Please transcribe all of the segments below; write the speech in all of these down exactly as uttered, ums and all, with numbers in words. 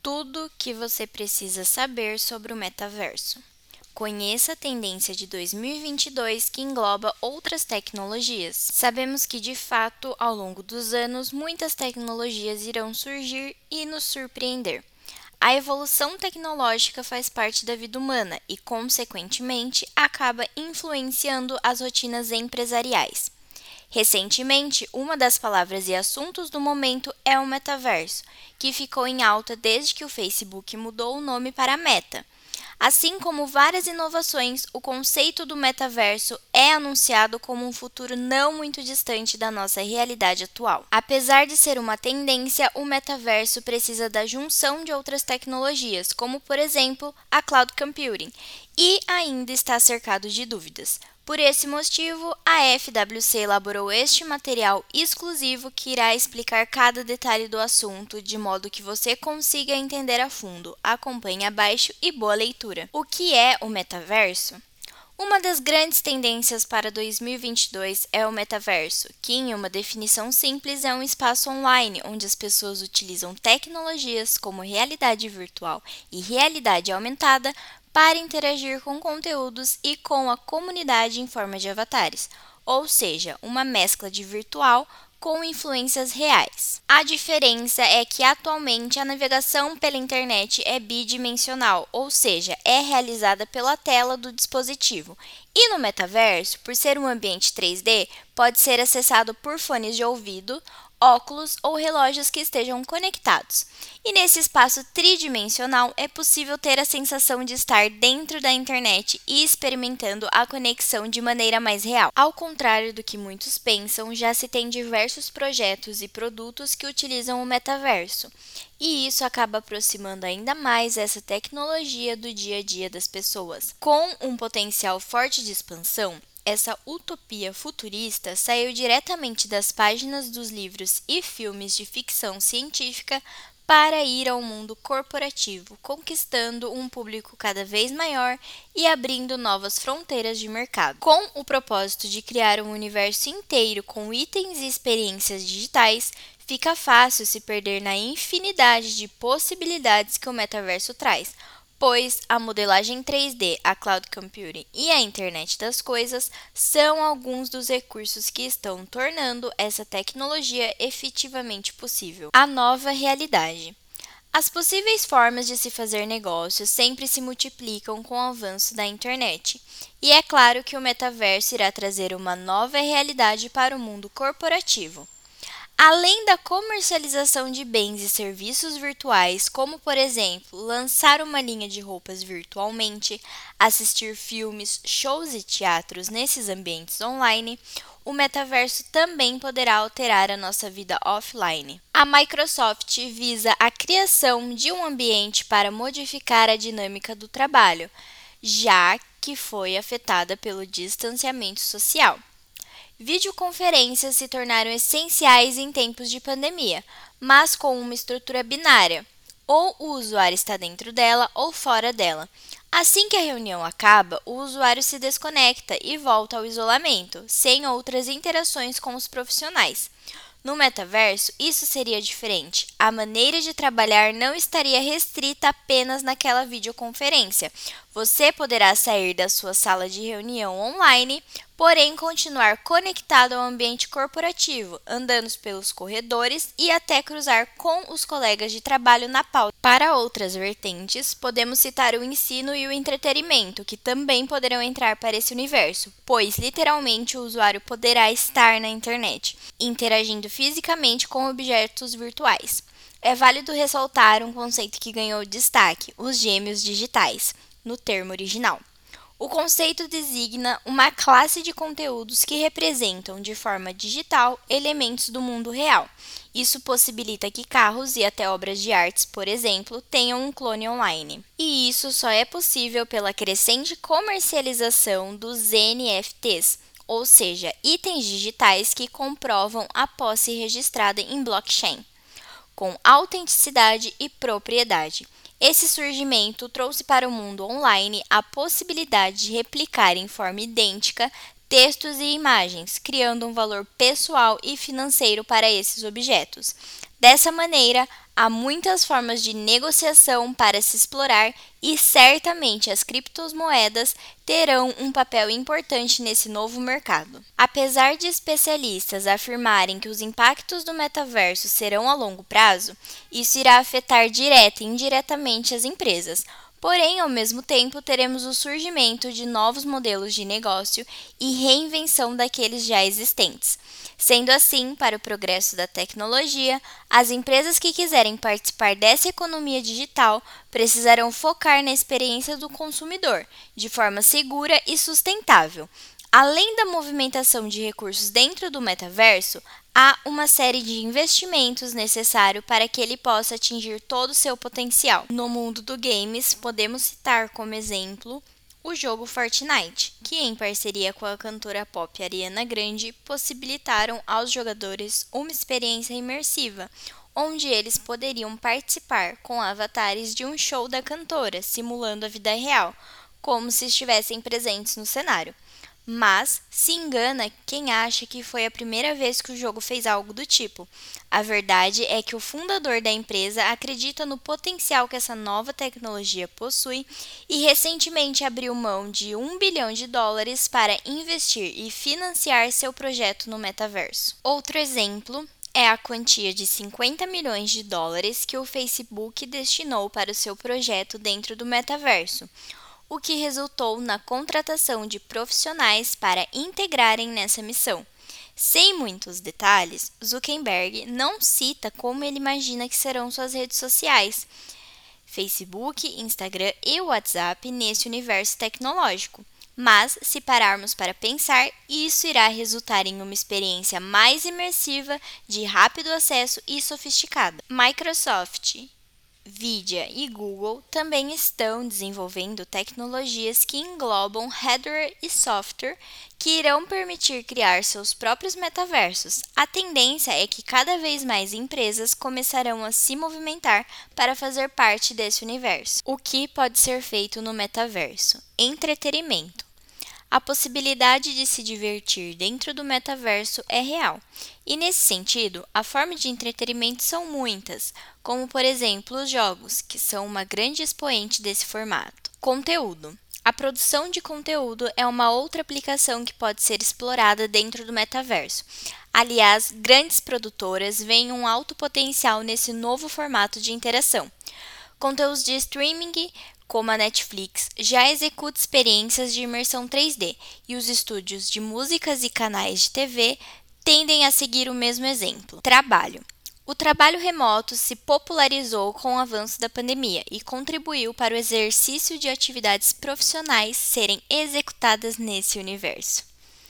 Tudo que você precisa saber sobre o metaverso. Conheça a tendência de dois mil e vinte e dois que engloba outras tecnologias. Sabemos que, de fato, ao longo dos anos, muitas tecnologias irão surgir e nos surpreender. A evolução tecnológica faz parte da vida humana e, consequentemente, acaba influenciando as rotinas empresariais. Recentemente, uma das palavras e assuntos do momento é o metaverso, que ficou em alta desde que o Facebook mudou o nome para Meta. Assim como várias inovações, o conceito do metaverso é anunciado como um futuro não muito distante da nossa realidade atual. Apesar de ser uma tendência, o metaverso precisa da junção de outras tecnologias, como por exemplo a cloud computing, e ainda está cercado de dúvidas. Por esse motivo, a F W C elaborou este material exclusivo que irá explicar cada detalhe do assunto, de modo que você consiga entender a fundo. Acompanhe abaixo e boa leitura. O que é o metaverso? Uma das grandes tendências para dois mil e vinte e dois é o metaverso, que, em uma definição simples, é um espaço online onde as pessoas utilizam tecnologias como realidade virtual e realidade aumentada para interagir com conteúdos e com a comunidade em forma de avatares, ou seja, uma mescla de virtual com influências reais. A diferença é que atualmente a navegação pela internet é bidimensional, ou seja, é realizada pela tela do dispositivo. E no metaverso, por ser um ambiente três D, pode ser acessado por fones de ouvido, óculos ou relógios que estejam conectados. E nesse espaço tridimensional é possível ter a sensação de estar dentro da internet e experimentando a conexão de maneira mais real. Ao contrário do que muitos pensam, já se tem diversos projetos e produtos que utilizam o metaverso. E isso acaba aproximando ainda mais essa tecnologia do dia a dia das pessoas. Com um potencial forte de expansão, essa utopia futurista saiu diretamente das páginas dos livros e filmes de ficção científica para ir ao mundo corporativo, conquistando um público cada vez maior e abrindo novas fronteiras de mercado. Com o propósito de criar um universo inteiro com itens e experiências digitais, fica fácil se perder na infinidade de possibilidades que o metaverso traz, pois a modelagem três D, a cloud computing e a internet das coisas são alguns dos recursos que estão tornando essa tecnologia efetivamente possível. A nova realidade. As possíveis formas de se fazer negócio sempre se multiplicam com o avanço da internet, e é claro que o metaverso irá trazer uma nova realidade para o mundo corporativo. Além da comercialização de bens e serviços virtuais, como por exemplo, lançar uma linha de roupas virtualmente, assistir filmes, shows e teatros nesses ambientes online, o metaverso também poderá alterar a nossa vida offline. A Microsoft visa a criação de um ambiente para modificar a dinâmica do trabalho, já que foi afetada pelo distanciamento social. Videoconferências se tornaram essenciais em tempos de pandemia, mas com uma estrutura binária. Ou o usuário está dentro dela ou fora dela. Assim que a reunião acaba, o usuário se desconecta e volta ao isolamento, sem outras interações com os profissionais. No metaverso, isso seria diferente. A maneira de trabalhar não estaria restrita apenas naquela videoconferência. Você poderá sair da sua sala de reunião online, porém continuar conectado ao ambiente corporativo, andando pelos corredores e até cruzar com os colegas de trabalho na pauta. Para outras vertentes, podemos citar o ensino e o entretenimento, que também poderão entrar para esse universo, pois literalmente o usuário poderá estar na internet, interagindo fisicamente com objetos virtuais. É válido ressaltar um conceito que ganhou destaque: os gêmeos digitais, no termo original. O conceito designa uma classe de conteúdos que representam de forma digital elementos do mundo real. Isso possibilita que carros e até obras de artes, por exemplo, tenham um clone online. E isso só é possível pela crescente comercialização dos N F Ts, ou seja, itens digitais que comprovam a posse registrada em blockchain, com autenticidade e propriedade. Esse surgimento trouxe para o mundo online a possibilidade de replicar em forma idêntica textos e imagens, criando um valor pessoal e financeiro para esses objetos. Dessa maneira, Há muitas formas de negociação para se explorar e certamente as criptomoedas terão um papel importante nesse novo mercado. Apesar de especialistas afirmarem que os impactos do metaverso serão a longo prazo, isso irá afetar direta e indiretamente as empresas. Porém, ao mesmo tempo, teremos o surgimento de novos modelos de negócio e reinvenção daqueles já existentes. Sendo assim, para o progresso da tecnologia, as empresas que quiserem participar dessa economia digital precisarão focar na experiência do consumidor, de forma segura e sustentável. Além da movimentação de recursos dentro do metaverso, há uma série de investimentos necessários para que ele possa atingir todo o seu potencial. No mundo do games, podemos citar como exemplo o jogo Fortnite, que em parceria com a cantora pop Ariana Grande possibilitaram aos jogadores uma experiência imersiva, onde eles poderiam participar com avatares de um show da cantora, simulando a vida real, como se estivessem presentes no cenário. Mas se engana quem acha que foi a primeira vez que o jogo fez algo do tipo. A verdade é que o fundador da empresa acredita no potencial que essa nova tecnologia possui e recentemente abriu mão de um bilhão de dólares para investir e financiar seu projeto no metaverso. Outro exemplo é a quantia de cinquenta milhões de dólares que o Facebook destinou para o seu projeto dentro do metaverso, o que resultou na contratação de profissionais para integrarem nessa missão. Sem muitos detalhes, Zuckerberg não cita como ele imagina que serão suas redes sociais, Facebook, Instagram e WhatsApp nesse universo tecnológico. Mas, se pararmos para pensar, isso irá resultar em uma experiência mais imersiva, de rápido acesso e sofisticada. Microsoft, Nvidia e Google também estão desenvolvendo tecnologias que englobam hardware e software que irão permitir criar seus próprios metaversos. A tendência é que cada vez mais empresas começarão a se movimentar para fazer parte desse universo. O que pode ser feito no metaverso? Entretenimento. A possibilidade de se divertir dentro do metaverso é real. E nesse sentido, a forma de entretenimento são muitas, como por exemplo os jogos, que são uma grande expoente desse formato. Conteúdo. A produção de conteúdo é uma outra aplicação que pode ser explorada dentro do metaverso. Aliás, grandes produtoras veem um alto potencial nesse novo formato de interação. Conteúdos de streaming, como a Netflix, já executa experiências de imersão três D, e os estúdios de músicas e canais de T V tendem a seguir o mesmo exemplo. Trabalho. O trabalho remoto se popularizou com o avanço da pandemia e contribuiu para o exercício de atividades profissionais serem executadas nesse universo.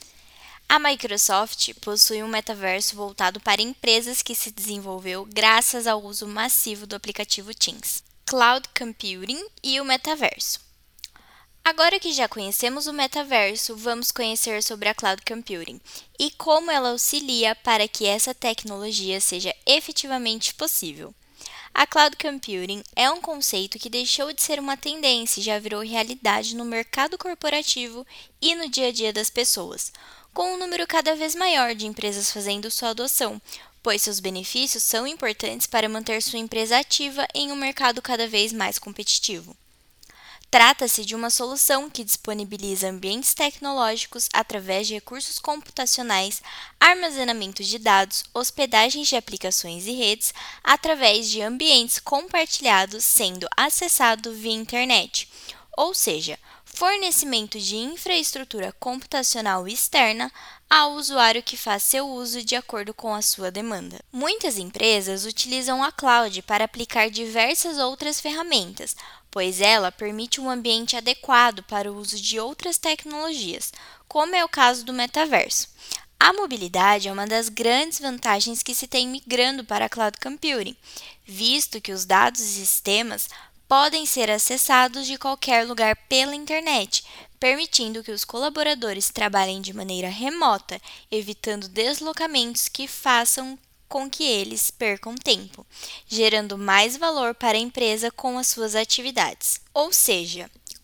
A Microsoft possui um metaverso voltado para empresas que se desenvolveu graças ao uso massivo do aplicativo Teams. Cloud Computing e o metaverso. Agora que já conhecemos o metaverso, vamos conhecer sobre a Cloud Computing e como ela auxilia para que essa tecnologia seja efetivamente possível. A Cloud Computing é um conceito que deixou de ser uma tendência e já virou realidade no mercado corporativo e no dia a dia das pessoas, com um número cada vez maior de empresas fazendo sua adoção, pois seus benefícios são importantes para manter sua empresa ativa em um mercado cada vez mais competitivo. Trata-se de uma solução que disponibiliza ambientes tecnológicos através de recursos computacionais, armazenamento de dados, hospedagens de aplicações e redes, através de ambientes compartilhados sendo acessado via internet, ou seja, fornecimento de infraestrutura computacional externa ao usuário que faz seu uso de acordo com a sua demanda. Muitas empresas utilizam a cloud para aplicar diversas outras ferramentas, pois ela permite um ambiente adequado para o uso de outras tecnologias, como é o caso do metaverso. A mobilidade é uma das grandes vantagens que se tem migrando para a cloud computing, visto que os dados e sistemas podem ser acessados de qualquer lugar pela internet, permitindo que os colaboradores trabalhem de maneira remota, evitando deslocamentos que façam com que eles percam tempo, gerando mais valor para a empresa com as suas atividades. Ou seja,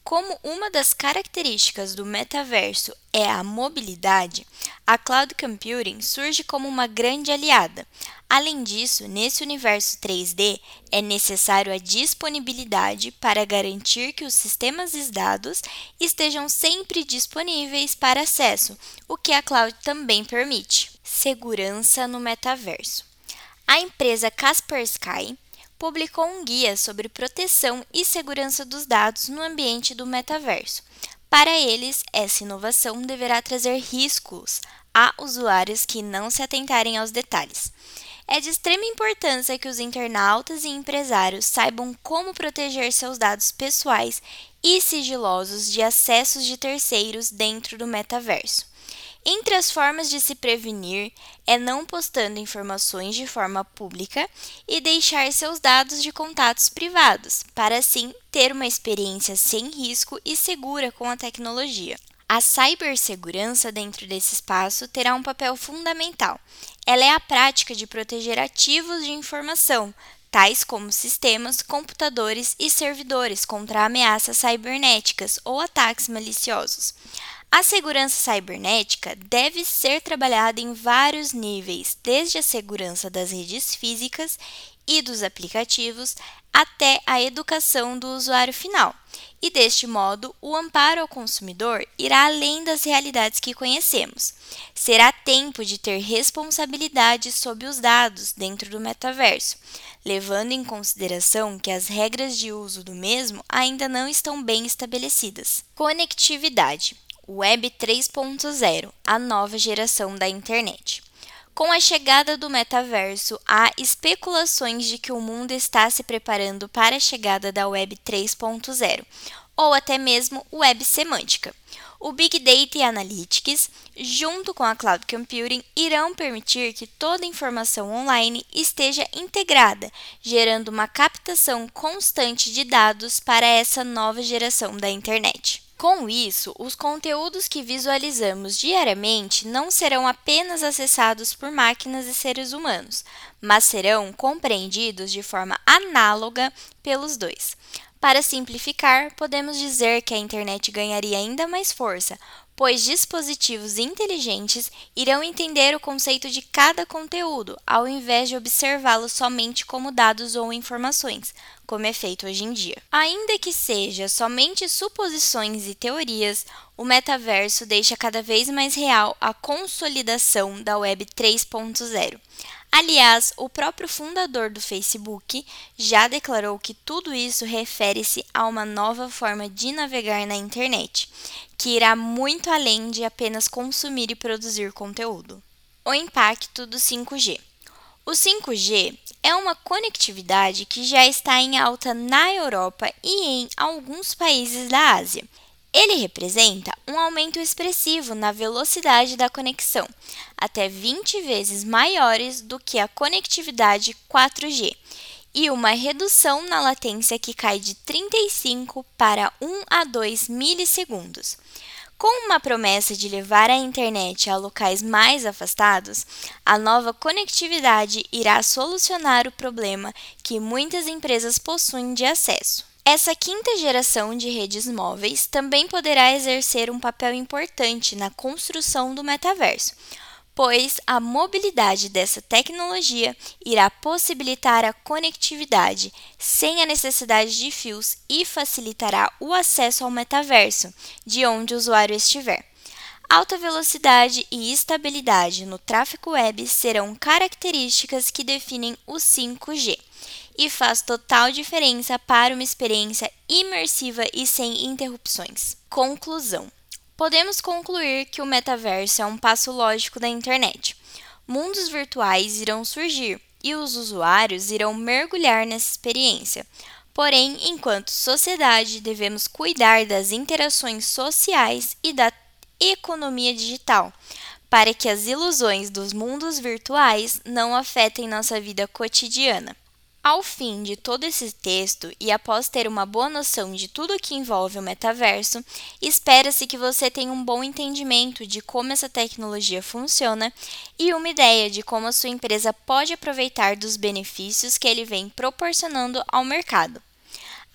Como uma das características do metaverso é a mobilidade, a cloud computing surge como uma grande aliada. Além disso, nesse universo três D, é necessário a disponibilidade para garantir que os sistemas de dados estejam sempre disponíveis para acesso, o que a cloud também permite. Segurança no metaverso. A empresa Kaspersky publicou um guia sobre proteção e segurança dos dados no ambiente do metaverso. Para eles, essa inovação deverá trazer riscos a usuários que não se atentarem aos detalhes. É de extrema importância que os internautas e empresários saibam como proteger seus dados pessoais e sigilosos de acessos de terceiros dentro do metaverso. Entre as formas de se prevenir é não postando informações de forma pública e deixar seus dados de contatos privados, para assim ter uma experiência sem risco e segura com a tecnologia. A cibersegurança dentro desse espaço terá um papel fundamental. Ela é a prática de proteger ativos de informação, tais como sistemas, computadores e servidores contra ameaças cibernéticas ou ataques maliciosos. A segurança cibernética deve ser trabalhada em vários níveis, desde a segurança das redes físicas e dos aplicativos até a educação do usuário final. E deste modo, o amparo ao consumidor irá além das realidades que conhecemos. Será tempo de ter responsabilidade sobre os dados dentro do metaverso, levando em consideração que as regras de uso do mesmo ainda não estão bem estabelecidas. Conectividade. Web três ponto zero, a nova geração da internet. Com a chegada do metaverso, há especulações de que o mundo está se preparando para a chegada da Web três ponto zero, ou até mesmo Web semântica. O Big Data e Analytics, junto com a Cloud Computing, irão permitir que toda informação online esteja integrada, gerando uma captação constante de dados para essa nova geração da internet. Com isso, os conteúdos que visualizamos diariamente não serão apenas acessados por máquinas e seres humanos, mas serão compreendidos de forma análoga pelos dois. Para simplificar, podemos dizer que a internet ganharia ainda mais força, pois dispositivos inteligentes irão entender o conceito de cada conteúdo, ao invés de observá-lo somente como dados ou informações, como é feito hoje em dia. Ainda que seja somente suposições e teorias, o metaverso deixa cada vez mais real a consolidação da Web três ponto zero. Aliás, o próprio fundador do Facebook já declarou que tudo isso refere-se a uma nova forma de navegar na internet, que irá muito além de apenas consumir e produzir conteúdo. O impacto do cinco G. O cinco G é uma conectividade que já está em alta na Europa e em alguns países da Ásia. Ele representa um aumento expressivo na velocidade da conexão, até vinte vezes maiores do que a conectividade quatro G, e uma redução na latência que cai de trinta e cinco para um a dois milissegundos. Com uma promessa de levar a internet a locais mais afastados, a nova conectividade irá solucionar o problema que muitas empresas possuem de acesso. Essa quinta geração de redes móveis também poderá exercer um papel importante na construção do metaverso, pois a mobilidade dessa tecnologia irá possibilitar a conectividade sem a necessidade de fios e facilitará o acesso ao metaverso, de onde o usuário estiver. Alta velocidade e estabilidade no tráfego web serão características que definem o cinco G e faz total diferença para uma experiência imersiva e sem interrupções. Conclusão. Podemos concluir que o metaverso é um passo lógico da internet. Mundos virtuais irão surgir e os usuários irão mergulhar nessa experiência. Porém, enquanto sociedade, devemos cuidar das interações sociais e da economia digital, para que as ilusões dos mundos virtuais não afetem nossa vida cotidiana. Ao fim de todo esse texto e após ter uma boa noção de tudo o que envolve o metaverso, espera-se que você tenha um bom entendimento de como essa tecnologia funciona e uma ideia de como a sua empresa pode aproveitar dos benefícios que ele vem proporcionando ao mercado.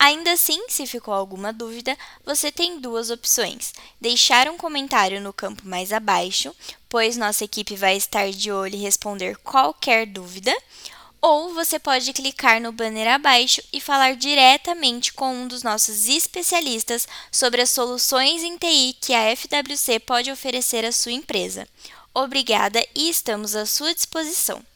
Ainda assim, se ficou alguma dúvida, você tem duas opções: deixar um comentário no campo mais abaixo, pois nossa equipe vai estar de olho e responder qualquer dúvida, ou você pode clicar no banner abaixo e falar diretamente com um dos nossos especialistas sobre as soluções em T I que a F W C pode oferecer à sua empresa. Obrigada e estamos à sua disposição.